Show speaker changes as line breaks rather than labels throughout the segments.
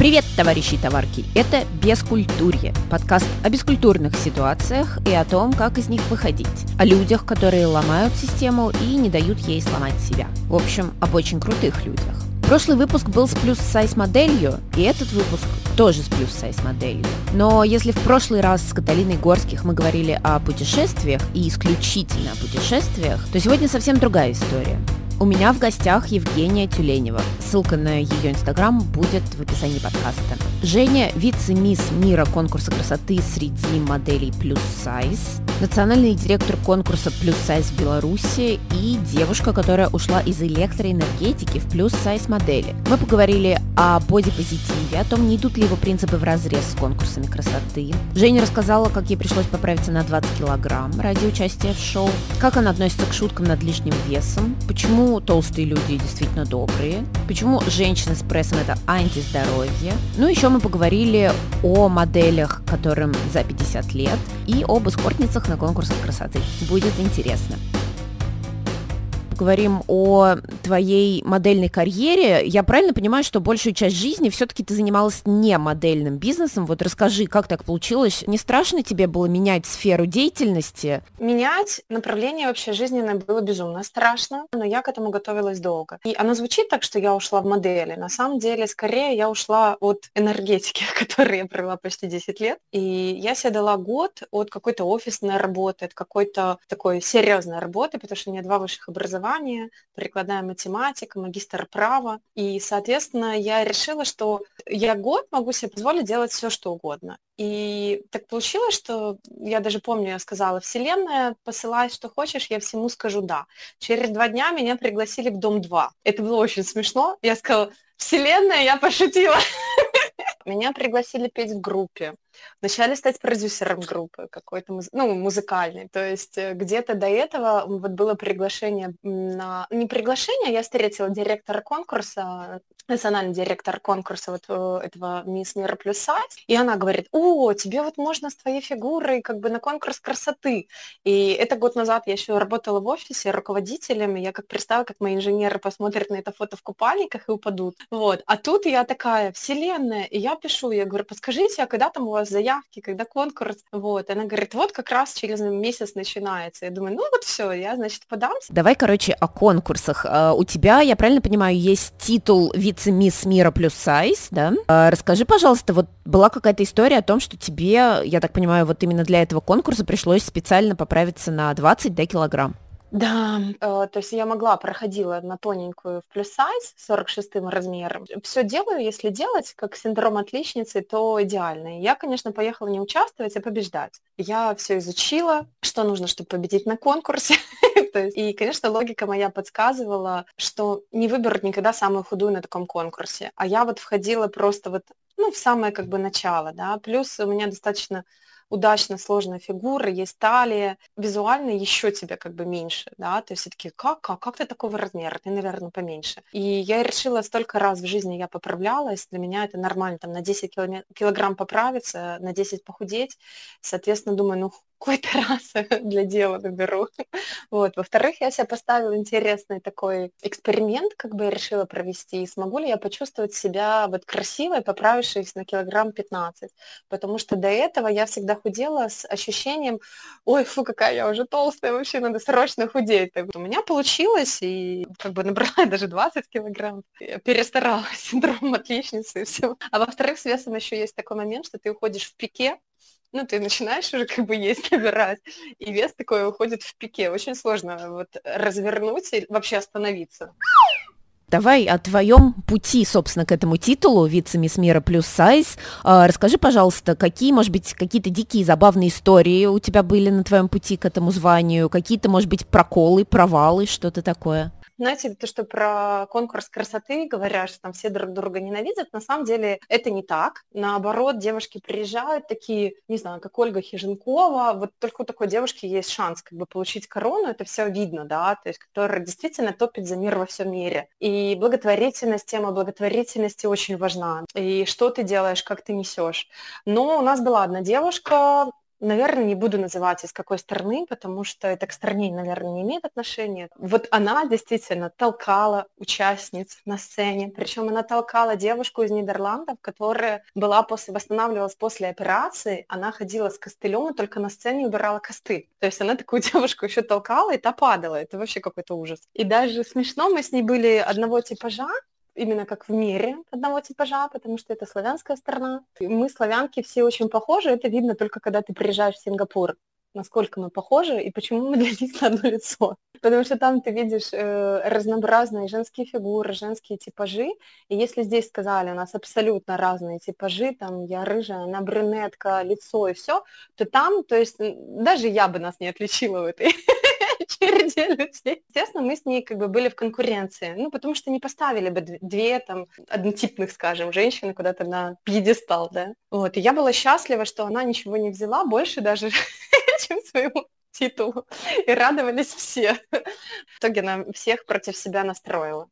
Привет, товарищи и товарки! Это «Бескультурье» – подкаст о бескультурных ситуациях и о том, как из них выходить. О людях, которые ломают систему и не дают ей сломать себя. В общем, об очень крутых людях. Прошлый выпуск был с плюс-сайз моделью, и этот выпуск тоже с плюс-сайз моделью. Но если в прошлый раз с Каталиной Горских мы говорили о путешествиях и исключительно о путешествиях, то сегодня совсем другая история. У меня в гостях Евгения Тюленева. Ссылка на ее инстаграм будет в описании подкаста. Женя – вице-мисс мира конкурса красоты среди моделей плюс сайз, национальный директор конкурса плюс сайз в Беларуси и девушка, которая ушла из электроэнергетики в плюс сайз модели. Мы поговорили о бодипозитиве, о том, не идут ли его принципы вразрез с конкурсами красоты. Женя рассказала, как ей пришлось поправиться на 20 килограмм ради участия в шоу, как она относится к шуткам над лишним весом, почему толстые люди действительно добрые, почему женщины с прессом – это антиздоровье. Ну, еще мы поговорили о моделях, которым за 50 лет, и об эскортницах на конкурсах красоты. Будет интересно. Говорим о твоей модельной карьере. Я правильно понимаю, что большую часть жизни все-таки ты занималась не модельным бизнесом? Вот расскажи, как так получилось? Не страшно тебе было менять сферу деятельности?
Менять направление вообще жизненное было безумно страшно, но я к этому готовилась долго. И оно звучит так, что я ушла в модели. На самом деле, скорее, я ушла от энергетики, которой я провела почти 10 лет. И я себе дала год от какой-то офисной работы, от какой-то такой серьезной работы, потому что у меня 2 высших образования, прикладная математика, магистр права. И, соответственно, я решила, что я год могу себе позволить делать все, что угодно. И так получилось, что я даже помню, я сказала: «Вселенная, посылай, что хочешь, я всему скажу «да». Через 2 дня меня пригласили в Дом-2. Это было очень смешно. Я сказала: «Вселенная, я пошутила». Меня пригласили петь в группе. Вначале стать продюсером группы какой-то, музыкальной. То есть где-то до этого вот было приглашение на... Не приглашение, я встретила директора конкурса, национальный директор конкурса вот этого «Мисс Мира плюс сайз», и она говорит: «О, тебе вот можно с твоей фигурой как бы на конкурс красоты». И это год назад я еще работала в офисе руководителем, и я как представила, как мои инженеры посмотрят на это фото в купальниках и упадут. Вот. А тут я такая: «Вселенная», и я пишу, я говорю: «Подскажите, а когда там у вас заявки, когда конкурс?» Вот. Она говорит: «Вот как раз через месяц начинается». Я думаю, ну вот все, я, значит, подамся.
Давай, короче, о конкурсах. У тебя, я правильно понимаю, есть титул вице-мисс мира плюс сайз, да? Расскажи, пожалуйста, вот была какая-то история о том, что тебе, я так понимаю, вот именно для этого конкурса пришлось специально поправиться на 20, да, килограмм?
Да, то есть я проходила на тоненькую в плюс сайз 46-м размером. Все делаю, если делать, как синдром отличницы, то идеально. И я, конечно, поехала не участвовать, а побеждать. Я все изучила, что нужно, чтобы победить на конкурсе. И, конечно, логика моя подсказывала, что не выберут никогда самую худую на таком конкурсе. А я вот входила просто вот, в самое как бы начало, да. Плюс у меня достаточно удачно сложная фигура, есть талия, визуально еще тебя как бы меньше, да, то есть все таки как ты такого размера, ты, наверное, поменьше. И я решила, столько раз в жизни я поправлялась, для меня это нормально, там, на 10 килограмм поправиться, на 10 похудеть, соответственно, думаю, какой-то раз для дела наберу. Вот. Во-вторых, я себе поставила интересный такой эксперимент, как бы я решила провести, смогу ли я почувствовать себя вот красивой, поправившись на килограмм 15, потому что до этого я всегда худела с ощущением: ой, фу, какая я уже толстая, вообще надо срочно худеть. Так вот, у меня получилось, и как бы набрала даже 20 килограмм. Я перестаралась, синдром отличницы и все. А во-вторых, с весом еще есть такой момент, что ты уходишь в пике, ты начинаешь уже как бы есть, набирать, и вес такой уходит в пике. Очень сложно вот развернуть и вообще остановиться.
Давай о твоем пути, собственно, к этому титулу вице-мисс мира плюс сайз. Расскажи, пожалуйста, какие, может быть, какие-то дикие, забавные истории у тебя были на твоем пути к этому званию, какие-то, может быть, проколы, провалы, что-то такое?
Знаете, то, что про конкурс красоты говорят, что там все друг друга ненавидят, на самом деле это не так. Наоборот, девушки приезжают такие, не знаю, как Ольга Хиженкова, вот только у такой девушки есть шанс как бы получить корону, это все видно, да, то есть которая действительно топит за мир во всем мире. И благотворительность, тема благотворительности очень важна. И что ты делаешь, как ты несешь. Но у нас была одна девушка, Наверное, не буду называть, из какой страны, потому что это к стране, наверное, не имеет отношения. Вот она действительно толкала участниц на сцене, причем она толкала девушку из Нидерландов, которая восстанавливалась после операции, она ходила с костылем и только на сцене убирала костыль. То есть она такую девушку еще толкала, и та падала. Это вообще какой-то ужас. И даже смешно, мы с ней были одного типажа, именно как в мире одного типажа, потому что это славянская страна. И мы, славянки, все очень похожи. Это видно только когда ты приезжаешь в Сингапур, насколько мы похожи и почему мы для них на одно лицо. Потому что там ты видишь разнообразные женские фигуры, женские типажи. И если здесь сказали, у нас абсолютно разные типажи, там я рыжая, она брюнетка, лицо и все, то там, то есть даже я бы нас не отличила в этой череде людей. Естественно, мы с ней как бы были в конкуренции, ну, потому что не поставили бы две там однотипных, скажем, женщины куда-то на пьедестал, да. Вот, и я была счастлива, что она ничего не взяла, больше даже, чем своему титулу, и радовались все. В итоге она всех против себя настроила.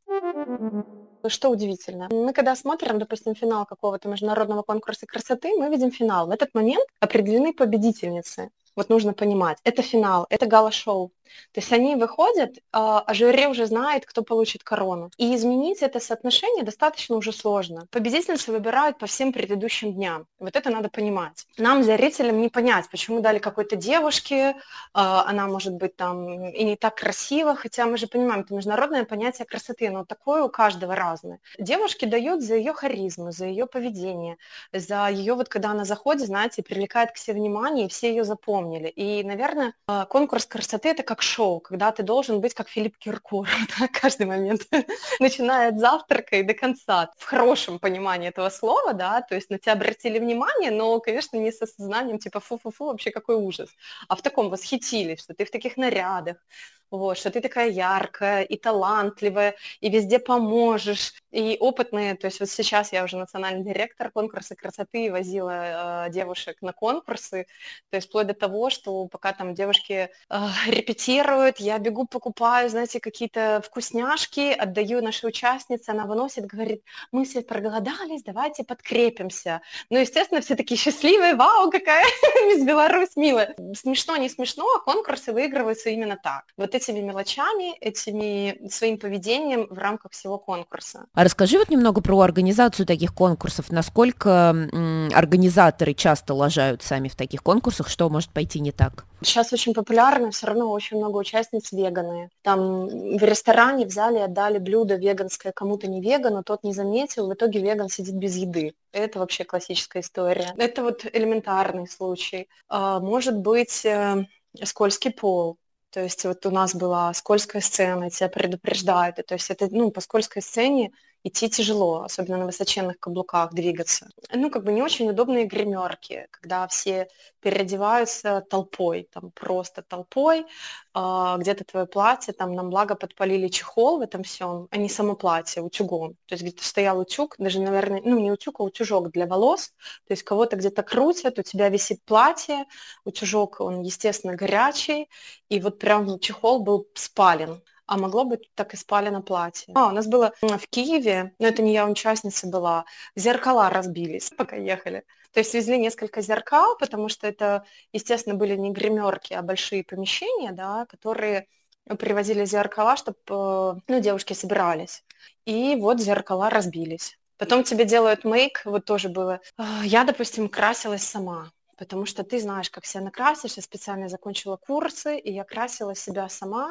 Что удивительно, мы когда смотрим, допустим, финал какого-то международного конкурса красоты, мы видим финал. В этот момент определены победительницы. Вот нужно понимать, это финал, это гала-шоу. То есть они выходят, а жюри уже знает, кто получит корону. И изменить это соотношение достаточно уже сложно. Победительницы выбирают по всем предыдущим дням. Вот это надо понимать. Нам, зрителям, не понять, почему дали какой-то девушке, она может быть там и не так красива, хотя мы же понимаем, это международное понятие красоты, но такое у каждого разное. Девушке дают за ее харизму, за ее поведение, за ее, вот когда она заходит, знаете, привлекает к себе внимание, и все ее запомнили. И, наверное, конкурс красоты – это как шоу, когда ты должен быть как Филипп Киркоров, да, каждый момент, начиная от завтрака и до конца, в хорошем понимании этого слова, да, то есть на тебя обратили внимание, но, конечно, не со сознанием, типа фу-фу-фу, вообще какой ужас, а в таком восхитились, что ты в таких нарядах, вот, что ты такая яркая и талантливая, и везде поможешь, и опытные, то есть вот сейчас я уже национальный директор конкурса красоты, возила девушек на конкурсы, то есть вплоть до того, что пока там девушки репетируют, я бегу, покупаю, знаете, какие-то вкусняшки, отдаю нашей участнице, она выносит, говорит, мы все проголодались, давайте подкрепимся. Ну, естественно, все такие счастливые, вау, какая мисс Беларусь милая. Смешно, не смешно, а конкурсы выигрываются именно так. Вот этими мелочами, этими своим поведением в рамках всего конкурса.
А расскажи вот немного про организацию таких конкурсов. Насколько организаторы часто лажают сами в таких конкурсах, что может пойти не так?
Сейчас очень популярно, все равно очень много участниц веганы. Там в ресторане взяли и отдали блюдо веганское кому-то не вегану, тот не заметил, в итоге веган сидит без еды. Это вообще классическая история. Это вот элементарный случай. Может быть, скользкий пол. То есть вот у нас была скользкая сцена, тебя предупреждают. И, то есть это, по скользкой сцене идти тяжело, особенно на высоченных каблуках двигаться. Как бы не очень удобные гримерки, когда все переодеваются толпой, там просто толпой, где-то твое платье, там нам благо подпалили чехол в этом всем, а не само платье, утюгом. То есть где-то стоял утюг, даже, наверное, не утюг, а утюжок для волос, то есть кого-то где-то крутят, у тебя висит платье, утюжок, он, естественно, горячий, и вот прям чехол был спален. А могло быть так и спалено платье. У нас было в Киеве, но это не я участница была, зеркала разбились, пока ехали. То есть везли несколько зеркал, потому что это, естественно, были не гримерки, а большие помещения, да, которые привозили зеркала, чтобы девушки собирались. И вот зеркала разбились. Потом тебе делают мейк, вот тоже было. Я, допустим, красилась сама. Потому что ты знаешь, как себя накрасишь. Я специально закончила курсы, и я красила себя сама.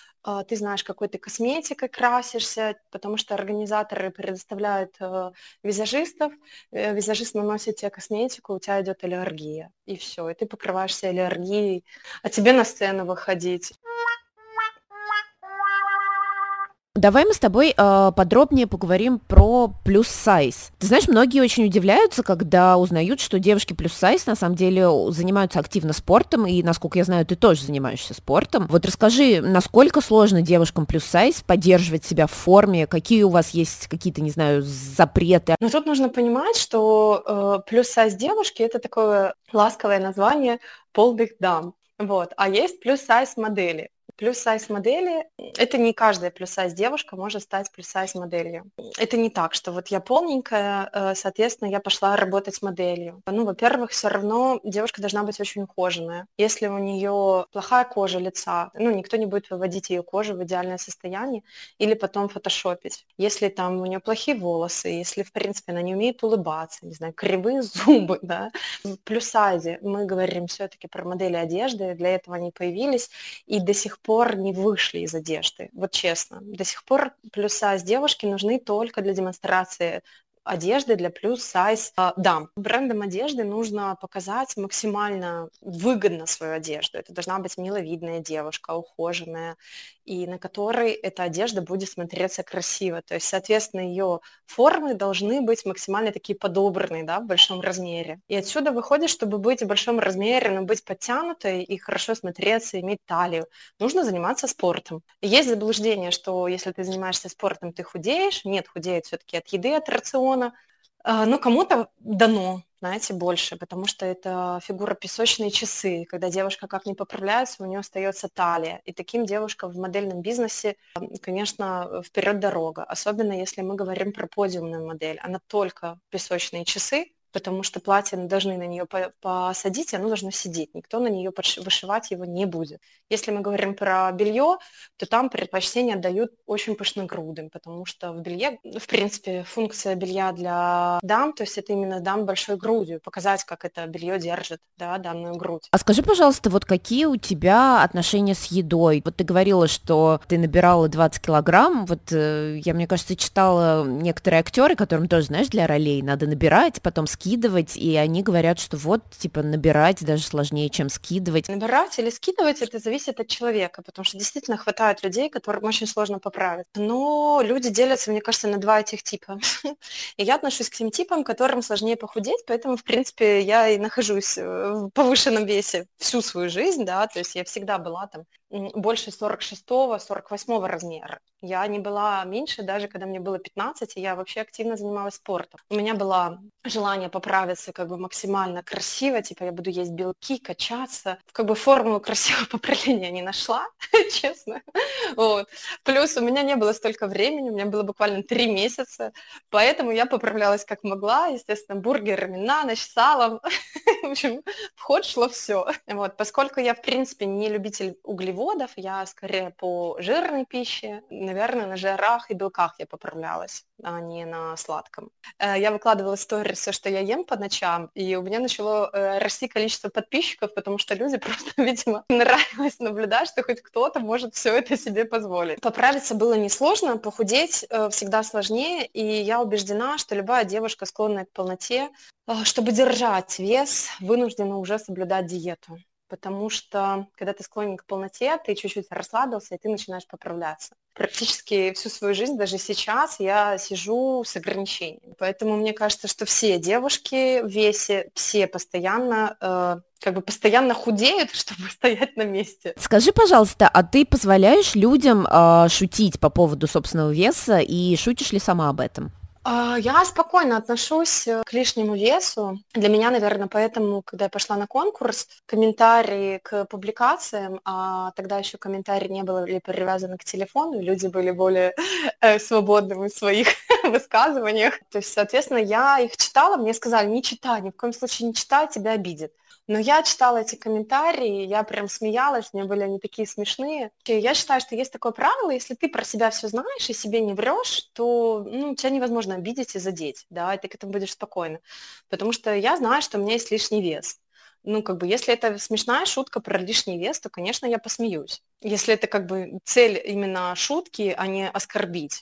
Ты знаешь, какой ты косметикой красишься, потому что организаторы предоставляют визажистов, визажист наносит тебе косметику, у тебя идет аллергия, и все, и ты покрываешься аллергией, а тебе на сцену выходить.
Давай мы с тобой подробнее поговорим про плюс-сайз. Ты знаешь, многие очень удивляются, когда узнают, что девушки плюс-сайз на самом деле занимаются активно спортом, и, насколько я знаю, ты тоже занимаешься спортом. Вот расскажи, насколько сложно девушкам плюс-сайз поддерживать себя в форме, какие у вас есть какие-то, не знаю, запреты?
Но тут нужно понимать, что плюс-сайз девушки – это такое ласковое название полных дам. Вот. А есть плюс-сайз модели. Плюс-сайз модели, это не каждая плюс-сайз девушка может стать плюс-сайз моделью. Это не так, что вот я полненькая, соответственно, я пошла работать моделью. Ну, во-первых, все равно девушка должна быть очень ухоженная. Если у нее плохая кожа лица, ну, никто не будет выводить ее кожу в идеальное состояние или потом фотошопить. Если там у нее плохие волосы, если, в принципе, она не умеет улыбаться, не знаю, кривые зубы, да. В плюс-сайзе мы говорим все-таки про модели одежды, для этого они появились и до сих пор не вышли из одежды. Вот честно, до сих пор плюс-сайз девушки нужны только для демонстрации одежды для плюс-сайз дам. Брендам одежды нужно показать максимально выгодно свою одежду. Это должна быть миловидная девушка, ухоженная, и на которой эта одежда будет смотреться красиво. То есть, соответственно, ее формы должны быть максимально такие подобранные, да, в большом размере. И отсюда выходит, чтобы быть в большом размере, но быть подтянутой и хорошо смотреться, иметь талию, нужно заниматься спортом. Есть заблуждение, что если ты занимаешься спортом, ты худеешь. Нет, худеют все-таки от еды, от рациона. Но кому-то дано, знаете, больше, потому что это фигура песочные часы. Когда девушка как ни поправляется, у нее остается талия. И таким девушкам в модельном бизнесе, конечно, вперед дорога. Особенно если мы говорим про подиумную модель. Она только песочные часы, потому что платье должны на нее посадить, и оно должно сидеть. Никто на нее вышивать его не будет. Если мы говорим про белье, то там предпочтение дают очень пышногрудым, потому что в белье, в принципе, функция белья для дам, то есть это именно дам большой грудью, показать, как это белье держит, да, данную грудь.
А скажи, пожалуйста, вот какие у тебя отношения с едой? Вот ты говорила, что ты набирала 20 килограмм, вот я, мне кажется, читала некоторые актеры, которым тоже, знаешь, для ролей надо набирать, потом скидывать, и они говорят, что вот, типа, набирать даже сложнее, чем скидывать.
Набирать или скидывать, это зависит от человека, потому что действительно хватает людей, которым очень сложно поправить. Но люди делятся, мне кажется, на два этих типа. И я отношусь к тем типам, которым сложнее похудеть, поэтому, в принципе, я и нахожусь в повышенном весе всю свою жизнь, да, то есть я всегда была там больше 46-го, 48-го размера. Я не была меньше, даже когда мне было 15, и я вообще активно занималась спортом. У меня было желание поправиться как бы максимально красиво, типа я буду есть белки, качаться. Как бы формулу красивого поправления не нашла, честно. Вот. Плюс у меня не было столько времени, у меня было буквально 3 месяца, поэтому я поправлялась как могла, естественно, бургерами на ночь, салом. В общем, в ход шло все. Вот. Поскольку я, в принципе, не любитель углеводов, я скорее по жирной пище, наверное, на жирах и белках я поправлялась, а не на сладком. Я выкладывала сторис, все, что я ем по ночам, и у меня начало расти количество подписчиков, потому что люди просто, видимо, нравилось наблюдать, что хоть кто-то может все это себе позволить. Поправиться было несложно, похудеть всегда сложнее, и я убеждена, что любая девушка, склонная к полноте, чтобы держать вес, вынуждена уже соблюдать диету. Потому что, когда ты склонен к полноте, ты чуть-чуть расслабился, и ты начинаешь поправляться. Практически всю свою жизнь, даже сейчас, я сижу с ограничениями. Поэтому мне кажется, что все девушки в весе, все постоянно, постоянно худеют, чтобы стоять на месте.
Скажи, пожалуйста, а ты позволяешь людям шутить по поводу собственного веса, и шутишь ли сама об этом?
Я спокойно отношусь к лишнему весу. Для меня, наверное, поэтому, когда я пошла на конкурс, комментарии к публикациям, а тогда еще комментарии не были привязаны к телефону, люди были более свободными в своих высказываниях. То есть, соответственно, я их читала, мне сказали, не читай, ни в коем случае не читай, тебя обидят. Но я читала эти комментарии, я прям смеялась, мне были они такие смешные. И я считаю, что есть такое правило, если ты про себя все знаешь и себе не врешь, то тебя невозможно обидеть и задеть, да, и ты к этому будешь спокойно. Потому что я знаю, что у меня есть лишний вес. Если это смешная шутка про лишний вес, то, конечно, я посмеюсь. Если это цель именно шутки, а не оскорбить.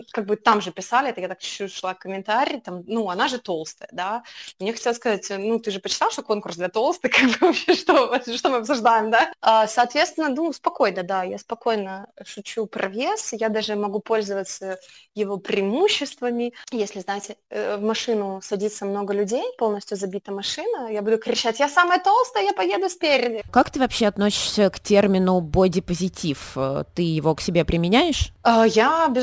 Там же писали, это я так чуть-чуть шла комментарий, она же толстая, да. Мне хотелось сказать, ты же почитал, что конкурс для толстых, вообще, что мы обсуждаем, да? Соответственно, спокойно, да, я спокойно шучу про вес, я даже могу пользоваться его преимуществами. Если, знаете, в машину садится много людей, полностью забита машина, я буду кричать, я самая толстая, я поеду спереди.
Как ты вообще относишься к термину бодипозитив? Ты его к себе применяешь?
Я, безусловно,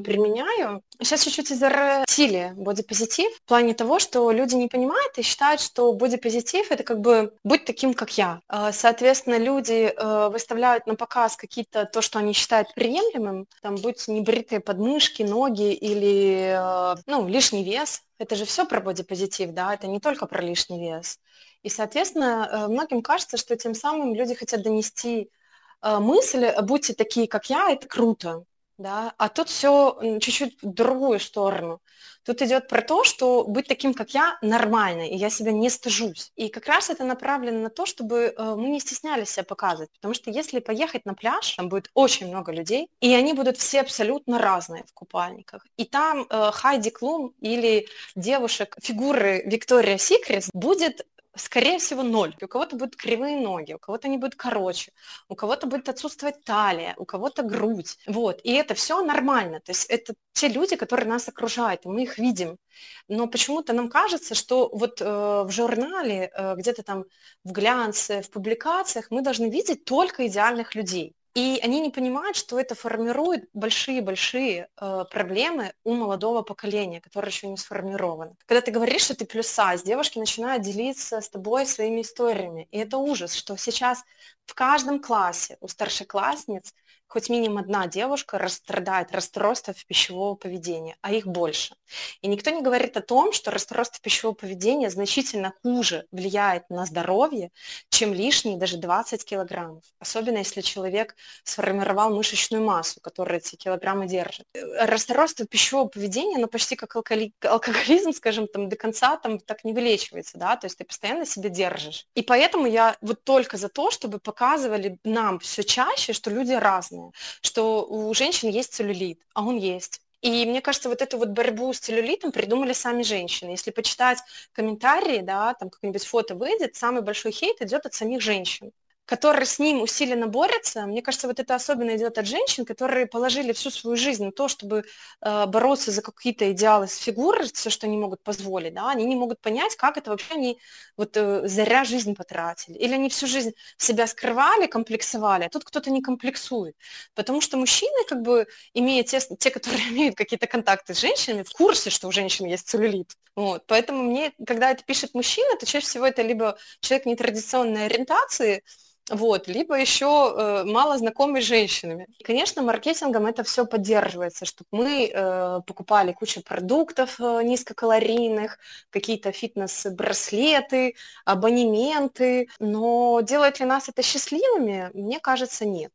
применяю. Сейчас чуть-чуть изобразили бодипозитив в плане того, что люди не понимают и считают, что бодипозитив – это как бы быть таким, как я. Соответственно, люди выставляют на показ какие-то то, что они считают приемлемым, там, будь небритые подмышки, ноги или, лишний вес. Это же все про бодипозитив, да, это не только про лишний вес. И, соответственно, многим кажется, что тем самым люди хотят донести мысль: будьте такие, как я, это круто. Да? А тут все чуть-чуть в другую сторону. Тут идет про то, что быть таким, как я, нормально, и я себя не стыжусь. И как раз это направлено на то, чтобы мы не стеснялись себя показывать. Потому что если поехать на пляж, там будет очень много людей, и они будут все абсолютно разные в купальниках. И там Хайди Клум или девушек фигуры Виктория Секретс будет, скорее всего, 0. У кого-то будут кривые ноги, у кого-то они будут короче, у кого-то будет отсутствовать талия, у кого-то грудь. Вот. И это все нормально. То есть это те люди, которые нас окружают, и мы их видим. Но почему-то нам кажется, что вот в журнале, где-то там в глянце, в публикациях мы должны видеть только идеальных людей. И они не понимают, что это формирует большие-большие проблемы у молодого поколения, которое еще не сформировано. Когда ты говоришь, что ты плюс сайз, девушки начинают делиться с тобой своими историями. И это ужас, что сейчас в каждом классе у старшеклассниц хоть минимум одна девушка страдает расстройством пищевого поведения, а их больше. И никто не говорит о том, что расстройство пищевого поведения значительно хуже влияет на здоровье, чем лишние даже 20 килограммов. Особенно если человек сформировал мышечную массу, которая эти килограммы держит. Расстройство пищевого поведения, оно почти как алкоголизм, скажем, там, до конца там, так не вылечивается, да, то есть ты постоянно себя держишь. И поэтому я вот только за то, чтобы показывали нам все чаще, что люди разные, что у женщин есть целлюлит, а он есть. И мне кажется, вот эту вот борьбу с целлюлитом придумали сами женщины. Если почитать комментарии, да, там какое-нибудь фото выйдет, самый большой хейт идет от самих женщин, которые с ним усиленно борются. Мне кажется, вот это особенно идет от женщин, которые положили всю свою жизнь на то, чтобы бороться за какие-то идеалы с фигурой, все, что они могут позволить, да, они не могут понять, как это вообще они вот зря жизнь потратили. Или они всю жизнь себя скрывали, комплексовали, а тут кто-то не комплексует. Потому что мужчины, как бы, имея те, которые имеют какие-то контакты с женщинами, в курсе, что у женщин есть целлюлит. Вот. Поэтому мне, когда это пишет мужчина, то чаще всего это либо человек нетрадиционной ориентации, вот, либо еще мало знакомы с женщинами. И, конечно, маркетингом это все поддерживается, чтобы мы покупали кучу продуктов низкокалорийных, какие-то фитнес-браслеты, абонементы, но делает ли нас это счастливыми? Мне кажется, нет.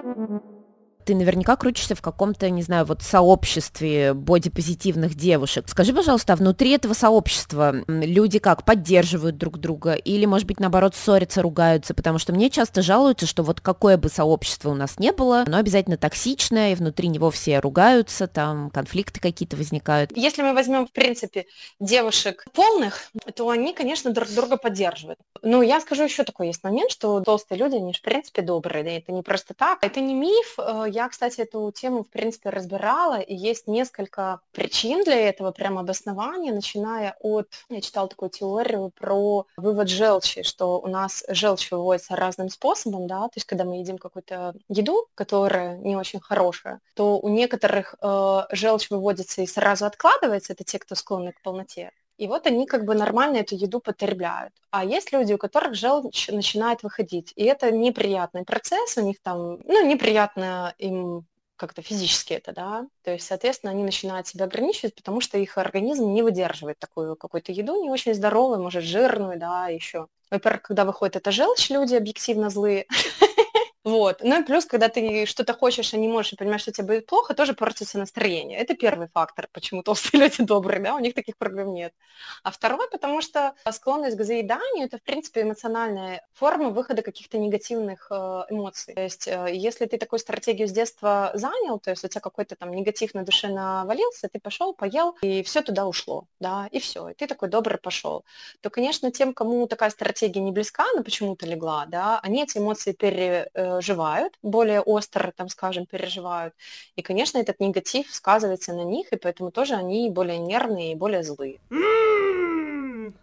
Ты наверняка крутишься в каком-то, не знаю, вот сообществе бодипозитивных девушек. Скажи, пожалуйста, а внутри этого сообщества люди как, поддерживают друг друга или, может быть, наоборот, ссорятся, ругаются? Потому что мне часто жалуются, что вот какое бы сообщество у нас не было, оно обязательно токсичное, и внутри него все ругаются, там конфликты какие-то возникают.
Если мы возьмем, в принципе, девушек полных, то они, конечно, друг друга поддерживают. Но я скажу еще такой есть момент, что толстые люди, они же, в принципе, добрые, да, это не просто так, это не миф. Я, кстати, эту тему, в принципе, разбирала, и есть несколько причин для этого, прям обоснования, начиная от... Я читала такую теорию про вывод желчи, что у нас желчь выводится разным способом, да, то есть когда мы едим какую-то еду, которая не очень хорошая, то у некоторых желчь выводится и сразу откладывается, это те, кто склонны к полноте. И вот они как бы нормально эту еду потребляют. А есть люди, у которых желчь начинает выходить. И это неприятный процесс, у них там, неприятно им как-то физически это, да. То есть, соответственно, они начинают себя ограничивать, потому что их организм не выдерживает такую какую-то еду, не очень здоровую, может, жирную, да, еще. Во-первых, когда выходит эта желчь, люди объективно злые. Вот. Ну и плюс, когда ты что-то хочешь, а не можешь, и понимаешь, что тебе будет плохо, тоже портится настроение. Это первый фактор, почему толстые люди добрые, да, у них таких проблем нет. А второй, потому что склонность к заеданию – это, в принципе, эмоциональная форма выхода каких-то негативных эмоций. То есть если ты такую стратегию с детства занял, то есть у тебя какой-то там негатив на душе навалился, ты пошел, поел, и все туда ушло, да, и все, и ты такой добрый пошел, то, конечно, тем, кому такая стратегия не близка, но почему-то легла, да, они эти эмоции переживают, более остро, там, скажем, переживают. И, конечно, этот негатив сказывается на них, и поэтому тоже они более нервные и более злые.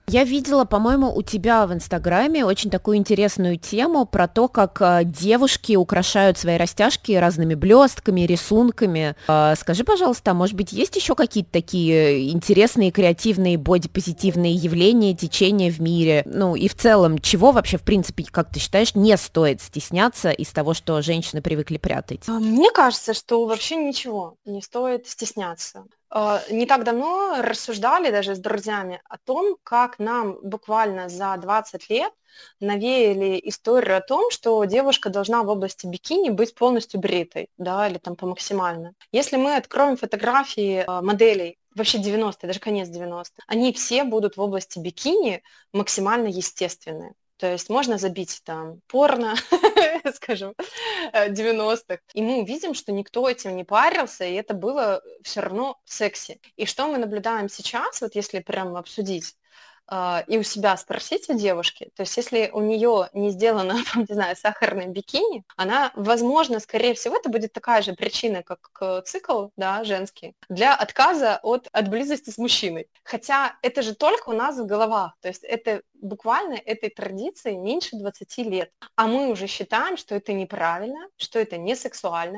Я видела, по-моему, у тебя в Инстаграме очень такую интересную тему про то, как девушки украшают свои растяжки разными блестками, рисунками. Скажи, пожалуйста, может быть, есть еще какие-то такие интересные, креативные, бодипозитивные явления, течения в мире? Ну и в целом, чего вообще, в принципе, как ты считаешь, не стоит стесняться из того, что женщины привыкли прятать?
Мне кажется, что вообще ничего не стоит стесняться. Не так давно рассуждали даже с друзьями о том, как нам буквально за 20 лет навеяли историю о том, что девушка должна в области бикини быть полностью бритой, да, или там по максимально. Если мы откроем фотографии моделей, вообще 90-е, даже конец 90-х, они все будут в области бикини максимально естественные. То есть можно забить там порно, скажем, 90-х, и мы увидим, что никто этим не парился, и это было все равно секси. И что мы наблюдаем сейчас, вот если прям обсудить, и у себя спросить у девушки, то есть если у нее не сделано, не знаю, сахарное бикини, она, возможно, скорее всего, это будет такая же причина, как цикл, да, женский, для отказа от близости с мужчиной. Хотя это же только у нас в головах, то есть это буквально этой традиции меньше 20 лет. А мы уже считаем, что это неправильно, что это не сексуально.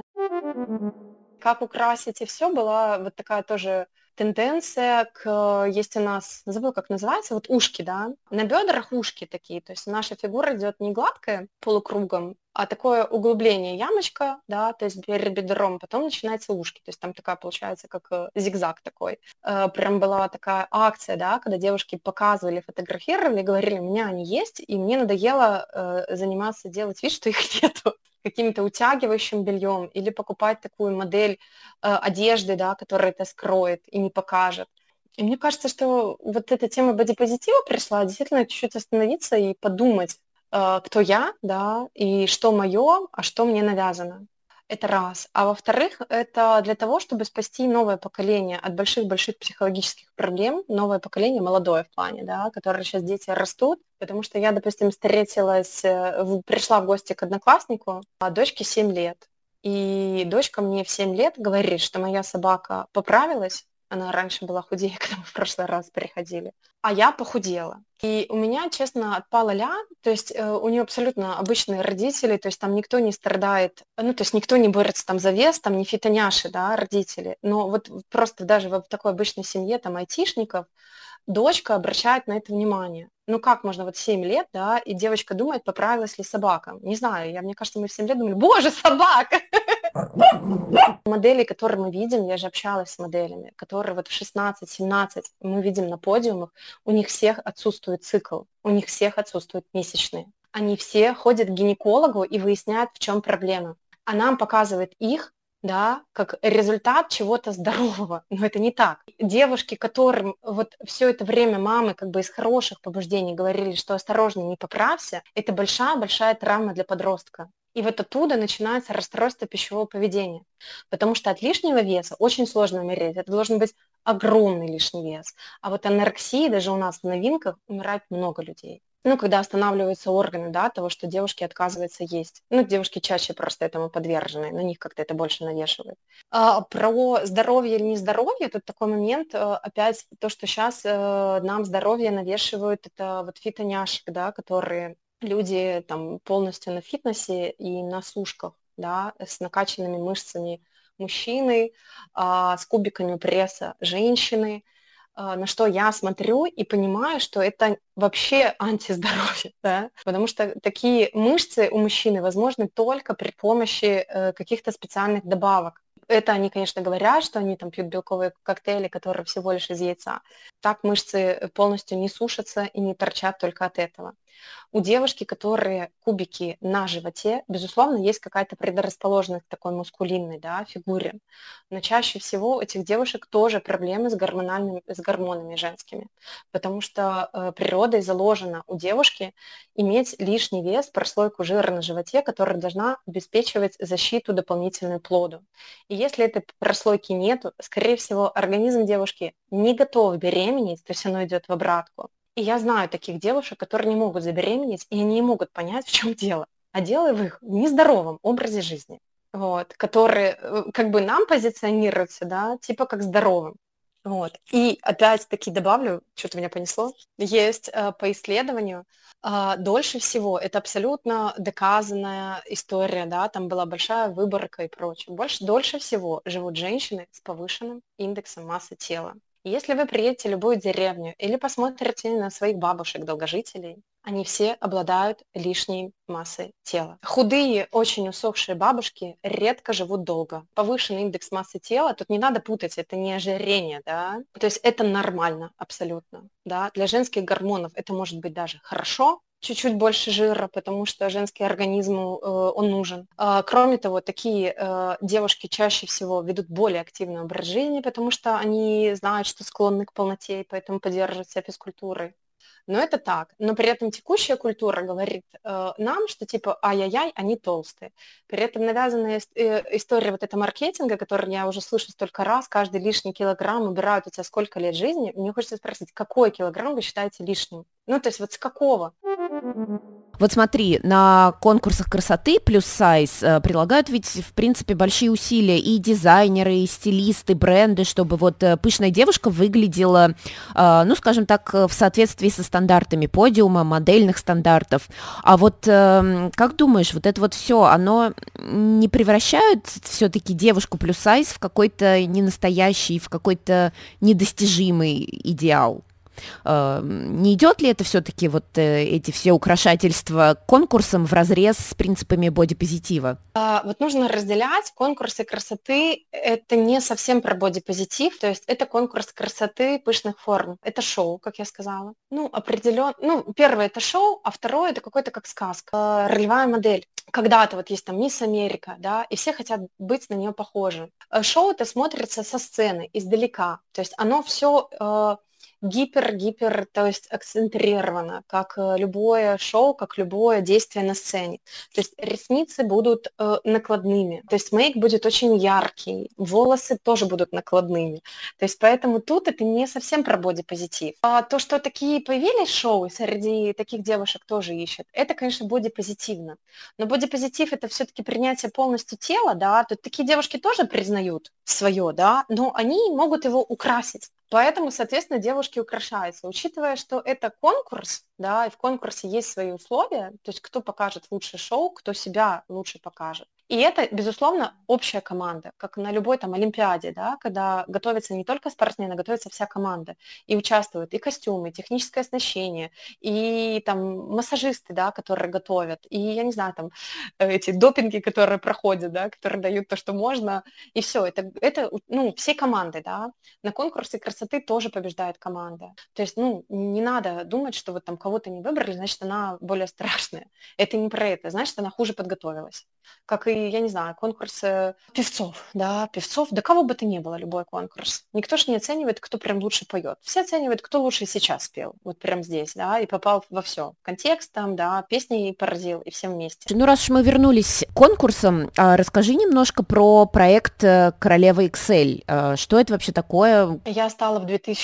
Как украсить и все, была вот такая тоже тенденция есть у нас, забыла, как называется, вот ушки, да, на бедрах ушки такие, то есть наша фигура идет не гладкая полукругом, а такое углубление, ямочка, да, то есть перед бедром, потом начинаются ушки, то есть там такая получается, как зигзаг такой. Прям была такая акция, да, когда девушки показывали, фотографировали, говорили, у меня они есть, и мне надоело заниматься, делать вид, что их нету, каким-то утягивающим бельем или покупать такую модель одежды, да, которая это скроет и не покажет. И мне кажется, что вот эта тема бодипозитива пришла действительно чуть-чуть остановиться и подумать, кто я, да, и что мое, а что мне навязано. Это раз. А во-вторых, это для того, чтобы спасти новое поколение от больших-больших психологических проблем, новое поколение, молодое в плане, да, которое сейчас дети растут, потому что я, допустим, пришла в гости к однокласснику, а дочке 7 лет. И дочка мне в 7 лет говорит, что моя собака поправилась, она раньше была худее, когда мы в прошлый раз приходили, а я похудела. И у меня, честно, отпала то есть у нее абсолютно обычные родители, то есть там никто не страдает, ну, то есть никто не борется там за вес, там не фитоняши, да, родители, но вот просто даже в такой обычной семье, там, айтишников, дочка обращает на это внимание. Ну, как можно вот 7 лет, да, и девочка думает, поправилась ли собака. Не знаю, мне кажется, мы в 7 лет думали, боже, собака! Модели, которые мы видим, я же общалась с моделями, которые вот в 16-17 мы видим на подиумах, у них всех отсутствует цикл, у них всех отсутствуют месячные. Они все ходят к гинекологу и выясняют, в чем проблема. А нам показывает их, да, как результат чего-то здорового. Но это не так. Девушки, которым вот все это время мамы как бы из хороших побуждений говорили, что осторожнее, не поправься, это большая-большая травма для подростка. И вот оттуда начинается расстройство пищевого поведения. Потому что от лишнего веса очень сложно умереть. Это должен быть огромный лишний вес. А вот анорексии даже у нас в новинках умирает много людей. Ну, когда останавливаются органы, да, того, что девушки отказываются есть. Ну, девушки чаще просто этому подвержены, на них как-то это больше навешивает. Про здоровье или нездоровье, тут такой момент, опять то, что сейчас нам здоровье навешивают, это вот фитоняшек, да, которые люди там полностью на фитнесе и на сушках, да, с накачанными мышцами мужчины, с кубиками пресса женщины, на что я смотрю и понимаю, что это вообще антиздоровье, да? Потому что такие мышцы у мужчины возможны только при помощи каких-то специальных добавок. Это они, конечно, говорят, что они там пьют белковые коктейли, которые всего лишь из яйца. Так мышцы полностью не сушатся и не торчат только от этого. У девушки, которые кубики на животе, безусловно, есть какая-то предрасположенность к такой мускулинной, да, фигуре. Но чаще всего у этих девушек тоже проблемы с гормонами женскими, потому что природой заложено у девушки иметь лишний вес, прослойку жира на животе, которая должна обеспечивать защиту дополнительную плоду. И если этой прослойки нету, скорее всего, организм девушки не готов беременеть, то есть оно идет в обратку. И я знаю таких девушек, которые не могут забеременеть, и они не могут понять, в чем дело. А дело в их нездоровом образе жизни, вот, который как бы нам позиционируется, да, типа как здоровым. Вот. И опять-таки добавлю, что-то меня понесло, есть по исследованию, дольше всего, это абсолютно доказанная история, да, там была большая выборка и прочее, дольше всего живут женщины с повышенным индексом массы тела. И если вы приедете в любую деревню или посмотрите на своих бабушек-долгожителей, они все обладают лишней массой тела. Худые, очень усохшие бабушки редко живут долго. Повышенный индекс массы тела, тут не надо путать, это не ожирение, да, то есть это нормально абсолютно, да. Для женских гормонов это может быть даже хорошо, чуть-чуть больше жира, потому что женский организм, он нужен. Кроме того, такие девушки чаще всего ведут более активный образ жизни, потому что они знают, что склонны к полноте, и поэтому поддерживают себя физкультурой. Но это так. Но при этом текущая культура говорит нам, что типа ай-яй-яй, они толстые. При этом навязанная история вот этого маркетинга, который я уже слышу столько раз, каждый лишний килограмм убирают у тебя сколько лет жизни. Мне хочется спросить, какой килограмм вы считаете лишним? Ну, то есть вот с какого?
Вот смотри, на конкурсах красоты плюс сайз прилагают ведь, в принципе, большие усилия и дизайнеры, и стилисты, бренды, чтобы вот пышная девушка выглядела, ну, скажем так, в соответствии со стандартами подиума, модельных стандартов. А вот как думаешь, вот это вот все, оно не превращает все-таки девушку плюс сайз в какой-то ненастоящий, в какой-то недостижимый идеал? Не идет ли это все-таки вот эти все украшательства конкурсом вразрез с принципами бодипозитива?
Вот нужно разделять конкурсы красоты. Это не совсем про бодипозитив, то есть это конкурс красоты пышных форм. Это шоу, как я сказала. Ну, определенно. Ну, первое это шоу, а второе это какой-то как сказка, ролевая модель. Когда-то вот есть там Мисс Америка, да, и все хотят быть на нее похожи. Шоу это смотрится со сцены, издалека. То есть оно все гипер, то есть акцентрировано, как любое шоу, как любое действие на сцене. То есть ресницы будут накладными, то есть мейк будет очень яркий, волосы тоже будут накладными. То есть поэтому тут это не совсем про бодипозитив. А то, что такие появились шоу, среди таких девушек тоже ищут, это, конечно, бодипозитивно. Но бодипозитив это все-таки принятие полностью тела, да, тут такие девушки тоже признают свое, да, но они могут его украсить. Поэтому, соответственно, девушки украшаются. Учитывая, что это конкурс, да, и в конкурсе есть свои условия, то есть кто покажет лучшее шоу, кто себя лучше покажет. И это, безусловно, общая команда, как на любой там олимпиаде, да, когда готовятся не только спортсмены, а готовится вся команда. И участвуют и костюмы, и техническое оснащение, и там массажисты, да, которые готовят, и, я не знаю, там эти допинги, которые проходят, да, которые дают то, что можно, и все. Это ну, всей командой, да. На конкурсе красоты тоже побеждает команда. То есть, ну, не надо думать, что вот там кого-то не выбрали, значит, она более страшная. Это не про это, значит, она хуже подготовилась. Как и, я не знаю, конкурсы певцов, да, да кого бы то ни было, любой конкурс. Никто ж не оценивает, кто прям лучше поет. Все оценивают, кто лучше сейчас пел, вот прям здесь, да, и попал во все. Контекст там, да, песни поразил, и всем вместе.
Ну, раз уж мы вернулись к конкурсам, расскажи немножко про проект «Королева Excel». Что это вообще такое?
Я стала в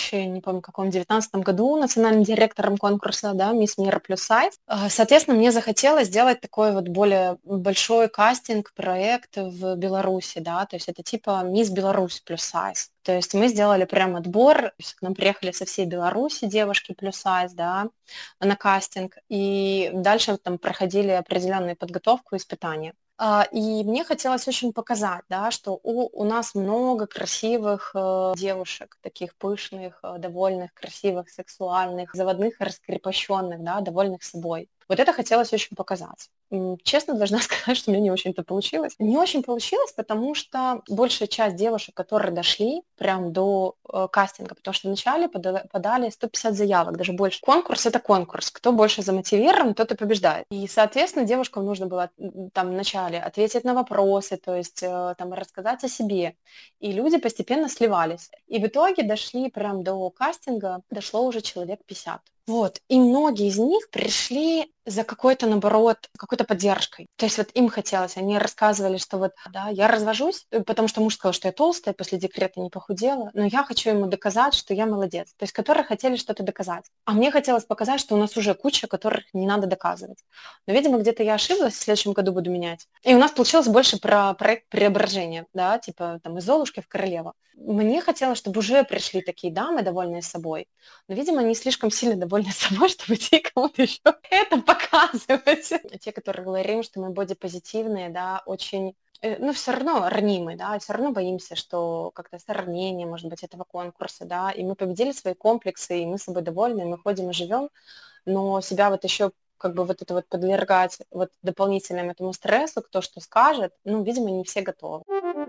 2019 году национальным директором конкурса, да, «Мисс Мира плюс сайз». Соответственно, мне захотелось сделать такой вот более большой кастинг-проект в Беларуси, да, то есть это типа «Мисс Беларусь плюс сайз». То есть мы сделали прям отбор, то есть к нам приехали со всей Беларуси девушки плюс сайз, да, на кастинг, и дальше там проходили определенную подготовку, испытания. И мне хотелось очень показать, да, что у нас много красивых девушек, таких пышных, довольных, красивых, сексуальных, заводных, раскрепощенных, да, довольных собой. Вот это хотелось очень показать. Честно должна сказать, что у меня не очень-то получилось. Не очень получилось, потому что большая часть девушек, которые дошли прям до кастинга, потому что вначале подали 150 заявок, даже больше. Конкурс – это конкурс. Кто больше замотивирован, тот и побеждает. И, соответственно, девушкам нужно было там вначале ответить на вопросы, то есть там рассказать о себе. И люди постепенно сливались. И в итоге дошли прям до кастинга, дошло уже человек 50. Вот. И многие из них пришли за какой-то, наоборот, какой-то поддержкой. То есть вот им хотелось, они рассказывали, что вот, да, я развожусь, потому что муж сказал, что я толстая, после декрета не похудела, но я хочу ему доказать, что я молодец. То есть которые хотели что-то доказать. А мне хотелось показать, что у нас уже куча, которых не надо доказывать. Но, видимо, где-то я ошиблась, в следующем году буду менять. И у нас получилось больше про проект преображения, да, типа там из Золушки в королеву. Мне хотелось, чтобы уже пришли такие дамы, довольные собой. Но, видимо, они слишком сильно довольны собой, чтобы идти кому-то еще это показывать. Те, которые говорим, что мы бодипозитивные, да, очень, ну, все равно ранимы, да, все равно боимся, что как-то сравнение, может быть, этого конкурса, да, и мы победили свои комплексы, и мы собой довольны, и мы ходим и живем, но себя вот еще как бы вот это вот подвергать вот дополнительному этому стрессу, кто что скажет, ну, видимо, не все готовы.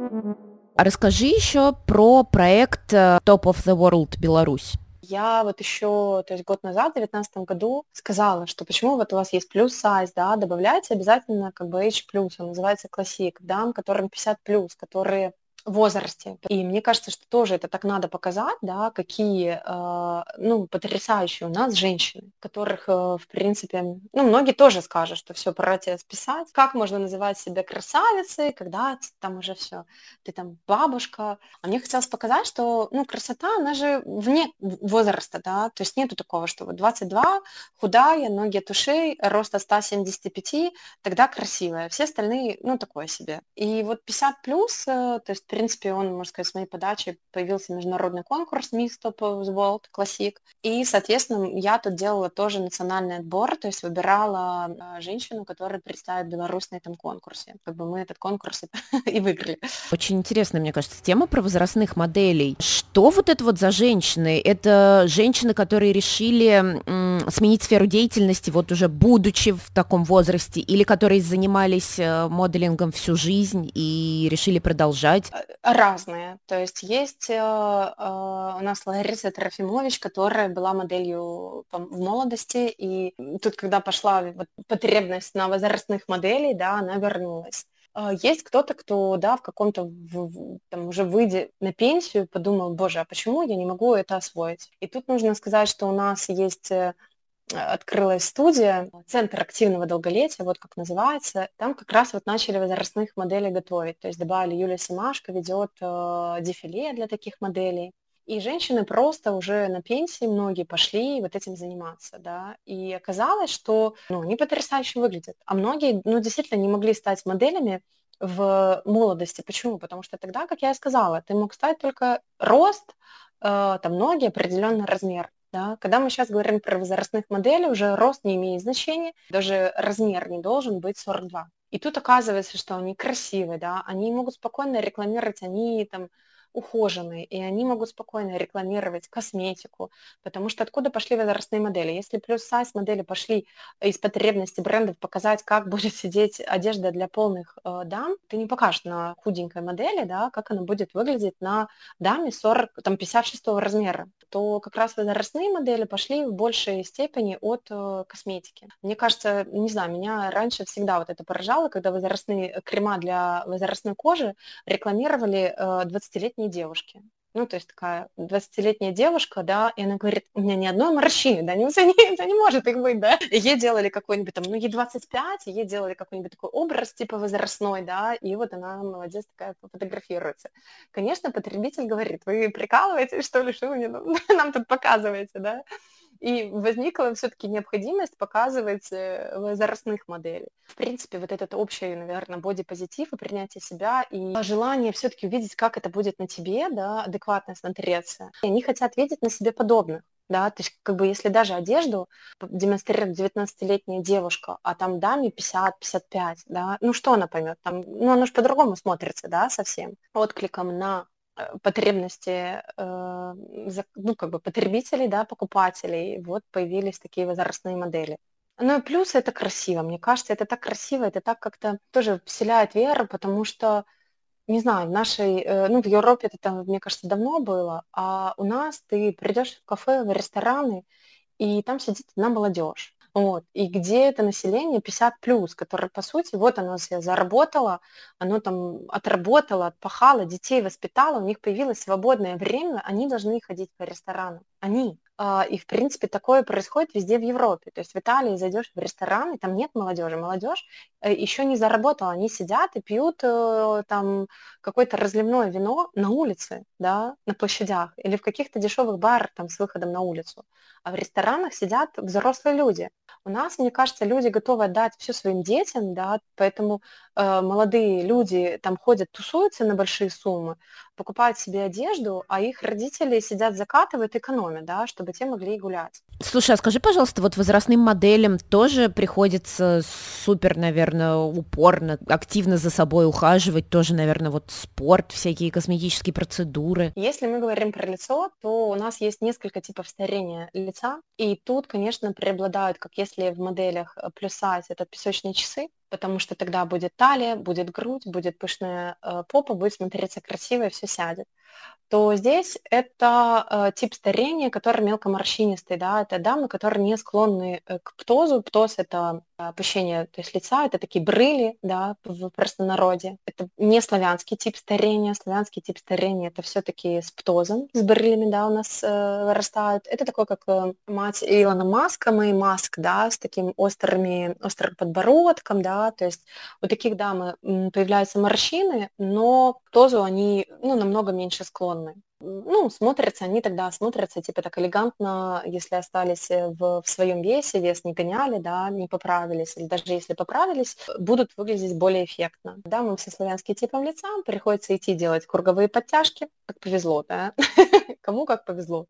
А расскажи еще про проект Top of the World Беларусь.
Я вот еще, то есть год назад, в 2019 году, сказала, что почему вот у вас есть плюс сайз, да, добавляйте обязательно как бы H+, он называется классик, дам, которым 50+, которые в возрасте. И мне кажется, что тоже это так надо показать, да, какие, ну, потрясающие у нас женщины, которых, в принципе, ну, многие тоже скажут, что все, пора тебя списать. Как можно называть себя красавицей, когда там уже все, ты там бабушка. А мне хотелось показать, что, ну, красота, она же вне возраста, да, то есть нету такого, что вот 22, худая, ноги от ушей, роста 175, тогда красивая. Все остальные, ну, такое себе. И вот 50+, то есть, в принципе, он, можно сказать, с моей подачи появился международный конкурс Miss Top of the World Classic. И, соответственно, я тут делала тоже национальный отбор, то есть выбирала женщину, которая представит Беларусь на этом конкурсе. Как бы мы этот конкурс и выиграли.
Очень интересная, мне кажется, тема про возрастных моделей. Что вот это вот за женщины? Это женщины, которые решили сменить сферу деятельности, вот уже будучи в таком возрасте, или которые занимались моделингом всю жизнь и решили продолжать?
Разные. То есть у нас Лариса Трофимович, которая была моделью в молодости, и тут, когда пошла вот потребность на возрастных моделей, да, она вернулась. Есть кто-то, кто, да, в каком-то, там, уже выйдя на пенсию, подумал, боже, а почему я не могу это освоить? И тут нужно сказать, что у нас есть открылась студия, Центр активного долголетия, вот как называется. Там как раз вот начали возрастных моделей готовить. То есть добавили Юлия Семашко, ведет дефиле для таких моделей. И женщины просто уже на пенсии, многие пошли вот этим заниматься, да. И оказалось, что, ну, они потрясающе выглядят. А многие, ну, действительно не могли стать моделями в молодости. Почему? Потому что тогда, как я и сказала, ты мог стать только рост, там ноги, определенный размер. Да? Когда мы сейчас говорим про возрастных моделей, уже рост не имеет значения, даже размер не должен быть 42. И тут оказывается, что они красивые, да, они могут спокойно рекламировать, они там ухоженные, и они могут спокойно рекламировать косметику, потому что откуда пошли возрастные модели? Если плюс-сайз модели пошли из потребности брендов показать, как будет сидеть одежда для полных дам, ты не покажешь на худенькой модели, да, как она будет выглядеть на даме 40, там, 56 размера, то как раз возрастные модели пошли в большей степени от косметики. Мне кажется, не знаю, меня раньше всегда вот это поражало, когда возрастные крема для возрастной кожи рекламировали 20-летние девушки. Ну, то есть такая 20-летняя девушка, да, и она говорит, у меня ни одной морщины, да, это не может их быть, да. И ей делали какой-нибудь там, ну, ей 25, и ей делали какой-нибудь такой образ типа возрастной, да, и вот она, молодец, такая фотографируется. Конечно, потребитель говорит, вы прикалываетесь, что ли, что вы нам тут показываете, да. И возникла все-таки необходимость показывать возрастных моделей. В принципе, вот этот общий, наверное, бодипозитив и принятие себя, и желание все-таки увидеть, как это будет на тебе, да, адекватно смотреться. И они хотят видеть на себе подобных. Да, то есть, как бы, если даже одежду демонстрирует 19-летняя девушка, а там даме 50-55, да, ну что она поймет? Там, ну, оно же по-другому смотрится, да, совсем. Откликом на потребности, ну, как бы потребителей, да, покупателей, вот появились такие возрастные модели. Ну и плюс это красиво, мне кажется, это так красиво, это так как-то тоже вселяет веру, потому что, не знаю, в нашей, ну, в Европе это, там, мне кажется, давно было, а у нас ты придешь в кафе, в рестораны, и там сидит одна молодежь. Вот. И где это население 50+, которое, по сути, вот оно себе заработало, оно там отработало, отпахало, детей воспитало, у них появилось свободное время, они должны ходить по ресторанам. они. И, в принципе, такое происходит везде в Европе. То есть в Италии зайдешь в ресторан, и там нет молодежи. Молодежь еще не заработала, они сидят и пьют там какое-то разливное вино на улице, да, на площадях или в каких-то дешевых барах там с выходом на улицу. А в ресторанах сидят взрослые люди. У нас, мне кажется, люди готовы отдать все своим детям, да, поэтому молодые люди там ходят, тусуются на большие суммы, покупают себе одежду, а их родители сидят, закатывают, экономят, да, чтобы те могли гулять.
Слушай, а скажи, пожалуйста, вот возрастным моделям тоже приходится супер, наверное, упорно, активно за собой ухаживать, тоже, наверное, вот спорт, всякие косметические процедуры?
Если мы говорим про лицо, то у нас есть несколько типов старения лица, и тут, конечно, преобладают, как если в моделях плюс сайз, это песочные часы, потому что тогда будет талия, будет грудь, будет пышная попа, будет смотреться красиво и все сядет. То здесь это тип старения, который мелкоморщинистый, да, это дамы, которые не склонны к птозу. Птоз – это опущение, то есть лица, это такие брыли, да, в простонародье. Это не славянский тип старения. Славянский тип старения – это все-таки с птозом, с брылями, да, у нас вырастают. Это такой, как мать Илона Маска, Мэй Маск, да, с таким острым подбородком, да, то есть у таких дам появляются морщины, но к птозу они, ну, намного меньше склонны. Ну, смотрятся типа так элегантно, если остались в своем весе, вес не гоняли, да, не поправились, или даже если поправились, будут выглядеть более эффектно. Да, мы со славянским типом лица, приходится идти делать круговые подтяжки, как повезло, да, кому как повезло.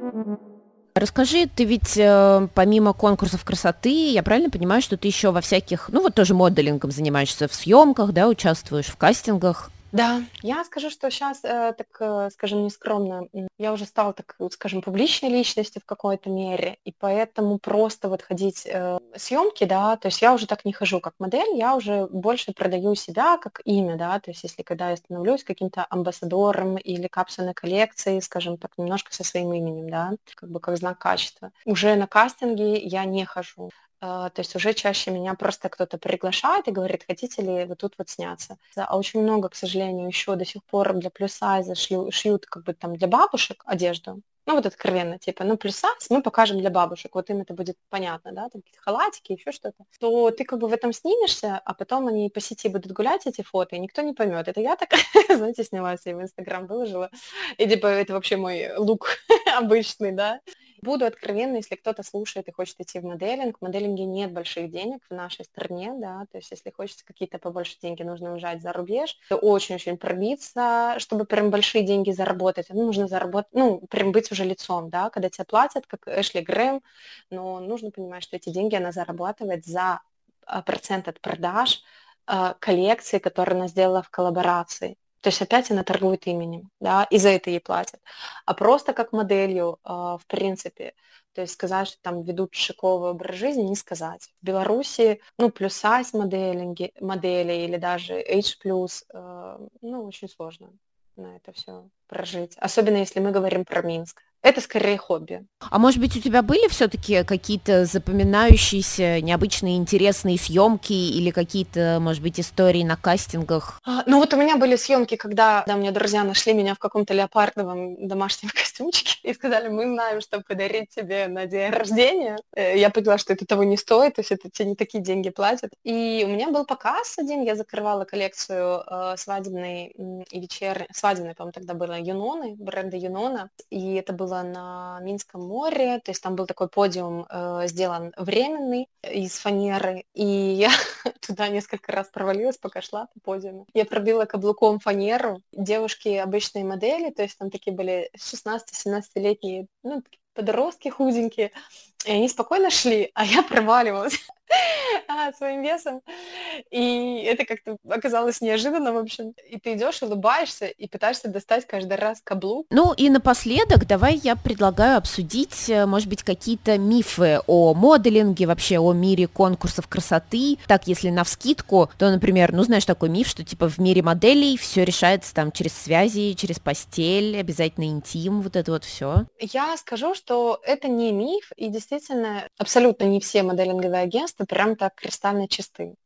Расскажи, ты ведь помимо конкурсов красоты, я правильно понимаю, что ты еще во всяких, ну вот тоже моделингом занимаешься, в съемках, да, участвуешь в кастингах?
Да, я скажу, что сейчас, скажем, нескромно, я уже стала, так скажем, публичной личностью в какой-то мере, и поэтому просто вот ходить съемки, да, то есть я уже так не хожу как модель, я уже больше продаю себя как имя, да, то есть если когда я становлюсь каким-то амбассадором или капсульной коллекцией, скажем так, немножко со своим именем, да, как бы как знак качества. Уже на кастинги я не хожу. То есть уже чаще меня просто кто-то приглашает и говорит, хотите ли вы тут вот сняться. А очень много, к сожалению, еще до сих пор для плюс-сайза шьют как бы там для бабушек одежду. Ну вот откровенно, типа, ну плюс-сайз мы покажем для бабушек, вот им это будет понятно, да, там какие-то халатики, еще что-то. То ты как бы в этом снимешься, а потом они по сети будут гулять, эти фото, и никто не поймет. Это я так, знаете, сняла себе в Инстаграм, выложила, и типа это вообще мой лук обычный, да. Буду откровенна, если кто-то слушает и хочет идти в моделинг. В моделинге нет больших денег в нашей стране, да, то есть если хочется какие-то побольше деньги, нужно уезжать за рубеж. Это очень-очень пробиться, чтобы прям большие деньги заработать. Ну, нужно заработать, ну, прям быть уже лицом, да, когда тебе платят, как Эшли Грэм, но нужно понимать, что эти деньги она зарабатывает за процент от продаж коллекции, которую она сделала в коллаборации. То есть опять она торгует именем, да, и за это ей платят. А просто как моделью, в принципе, то есть сказать, что там ведут шиковый образ жизни, не сказать. В Беларуси, ну, плюс-сайз модели или даже H+, ну, очень сложно на это все прожить. Особенно если мы говорим про Минск. Это скорее хобби.
А может быть, у тебя были все-таки какие-то запоминающиеся, необычные, интересные съемки или какие-то, может быть, истории на кастингах?
Ну вот у меня были съемки, когда у меня друзья нашли меня в каком-то леопардовом домашнем костюмчике и сказали, мы знаем, что подарить тебе на день рождения. Я поняла, что это того не стоит, то есть это тебе не такие деньги платят. И у меня был показ один, я закрывала коллекцию свадебной и вечерней, свадебной, по-моему, тогда было Юноны, бренда Юнона, и это было на Минском море, то есть там был такой подиум сделан временный из фанеры, и я туда несколько раз провалилась, пока шла по подиуму. Я пробила каблуком фанеру. Девушки обычные модели, то есть там такие были 16-17-летние, ну, подростки худенькие, и они спокойно шли, а я проваливалась своим весом. И это как-то оказалось неожиданно, в общем. И ты идешь, улыбаешься и пытаешься достать каждый раз каблук.
Ну и напоследок давай я предлагаю обсудить, может быть, какие-то мифы о моделинге, вообще о мире конкурсов красоты. Так, если навскидку, то, например, ну знаешь такой миф, что типа в мире моделей все решается там через связи, через постель, обязательно интим, вот это вот все.
Я скажу, что это не миф, и действительно абсолютно не все моделинговые агентства прям так кристально чисты.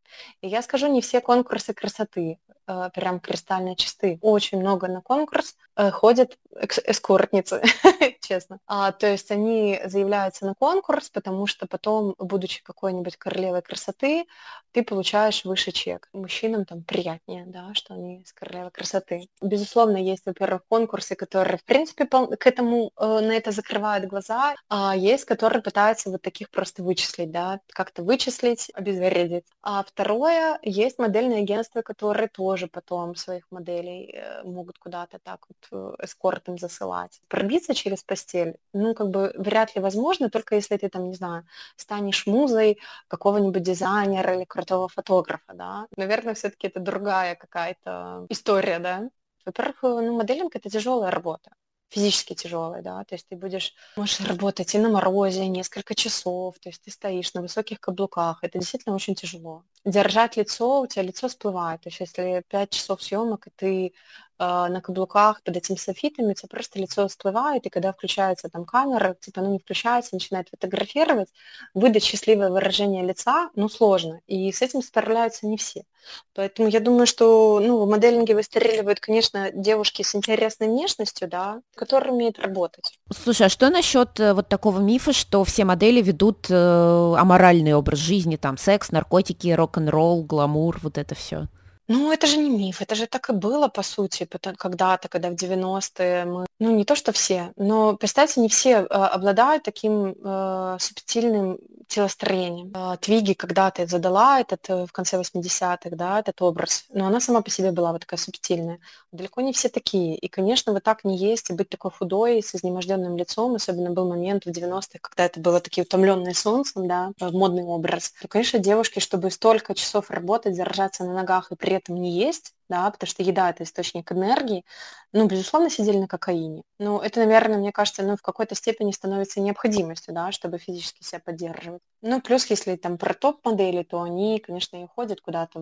И я скажу, не все конкурсы красоты прям кристально чисты. Очень много на конкурс ходят эскортницы, честно. То есть они заявляются на конкурс, потому что потом, будучи какой-нибудь королевой красоты, ты получаешь выше чек. Мужчинам там приятнее, да, что они с королевой красоты. Безусловно, есть, во-первых, конкурсы, которые, в принципе, к этому, на это закрывают глаза, а есть, которые пытаются вот таких просто вычислить, да, как-то вычислить, обезвредить. А второе, есть модельные агентства, которые тоже потом своих моделей могут куда-то так вот эскортом засылать. Пробиться через постель, ну, как бы вряд ли возможно, только если ты там, не знаю, станешь музой какого-нибудь дизайнера или крутого фотографа, да. Наверное, все-таки это другая какая-то история, да. Во-первых, ну, моделинг — это тяжелая работа, физически тяжелая, да, то есть ты можешь работать и на морозе несколько часов, то есть ты стоишь на высоких каблуках, это действительно очень тяжело. Держать лицо, у тебя лицо всплывает, то есть если 5 часов съемок, и ты на каблуках под этими софитами, у тебя просто лицо всплывает, и когда включается там камера, типа, ну, не включается, начинает фотографировать, выдать счастливое выражение лица, ну, сложно, и с этим справляются не все. Поэтому я думаю, что, ну, в моделинге выстреливают, конечно, девушки с интересной внешностью, да, которые умеют работать.
Слушай, а что насчет вот такого мифа, что все модели ведут аморальный образ жизни, там, секс, наркотики, рок-н-ролл, гламур, вот это все?
Ну, это же не миф, это же так и было, по сути, когда-то, когда в 90-е мы... Ну, не то, что все, но, представьте, не все обладают таким субтильным телостроением. Твиги когда-то задала в конце 80-х, да, этот образ, но она сама по себе была вот такая субтильная. Далеко не все такие. И, конечно, вот так не есть, и быть такой худой, с изнеможденным лицом, особенно был момент в 90-х, когда это было такие утомленные солнцем, да, модный образ. То, конечно, девушки, чтобы столько часов работать, держаться на ногах и при этом не есть, да, потому что еда — это источник энергии, ну, безусловно, сидели на кокаине. Ну, это, наверное, мне кажется, ну, в какой-то степени становится необходимостью, да, чтобы физически себя поддерживать. Ну, плюс, если там про топ-модели, то они, конечно, и ходят куда-то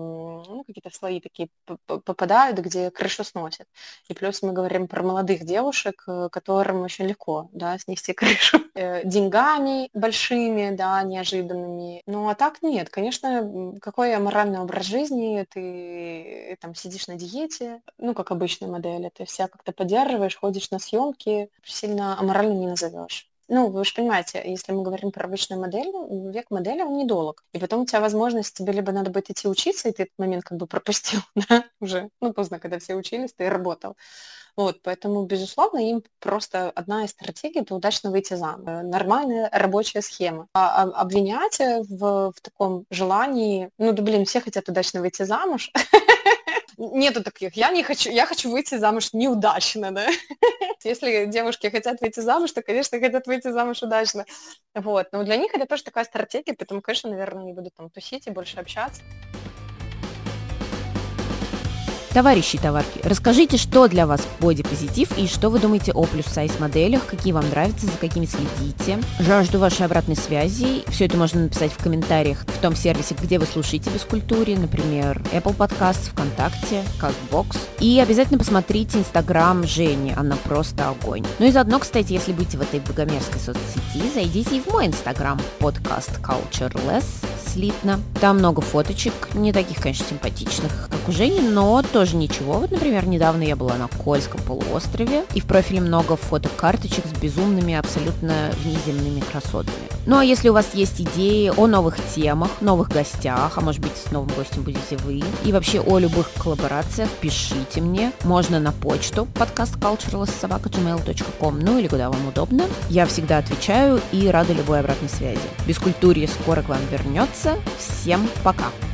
ну, какие-то слои такие попадают, где крышу сносят. И плюс мы говорим про молодых девушек, которым очень легко, да, снести крышу деньгами большими, да, неожиданными. Ну, а так нет, конечно, какой аморальный образ жизни, ты там сидишь на диете, ну, как обычная модель, ты вся как-то поддерживаешь, ходишь на съемки, сильно аморально не назовешь. Ну, вы же понимаете, если мы говорим про обычную модель, век модели, он недолг. И потом у тебя возможность, тебе либо надо будет идти учиться, и ты этот момент как бы пропустил, да, уже, ну, поздно, когда все учились, ты работал. Вот, поэтому, безусловно, им просто одна из стратегий — это удачно выйти замуж. Нормальная рабочая схема. А обвинять в таком желании, ну, да, блин, все хотят удачно выйти замуж. Нету таких, я хочу выйти замуж неудачно, да. Если девушки хотят выйти замуж, то, конечно, хотят выйти замуж удачно. Вот, но для них это тоже такая стратегия, поэтому, конечно, наверное, они будут там тусить и больше общаться.
Товарищи и товарки, расскажите, что для вас бодипозитив и что вы думаете о плюс-сайз моделях, какие вам нравятся, за какими следите. Жажду вашей обратной связи. Все это можно написать в комментариях в том сервисе, где вы слушаете Бескультуре, например, Apple Podcast, ВКонтакте, Castbox. И обязательно посмотрите Инстаграм Жени, она просто огонь. Ну и заодно, кстати, если будете в этой богомерзкой соцсети, зайдите и в мой Инстаграм, подкаст Cultureless, слитно. Там много фоточек, не таких, конечно, симпатичных, как у Жени, но тоже ничего. Вот, например, недавно я была на Кольском полуострове, и в профиле много фотокарточек с безумными, абсолютно внеземными красотами. Ну а если у вас есть идеи о новых темах, новых гостях, а может быть с новым гостем будете вы, и вообще о любых коллаборациях, пишите мне. Можно на почту podcastcultureless@gmail.com, ну или куда вам удобно. Я всегда отвечаю и рада любой обратной связи. Бескультурье скоро к вам вернется. Всем пока!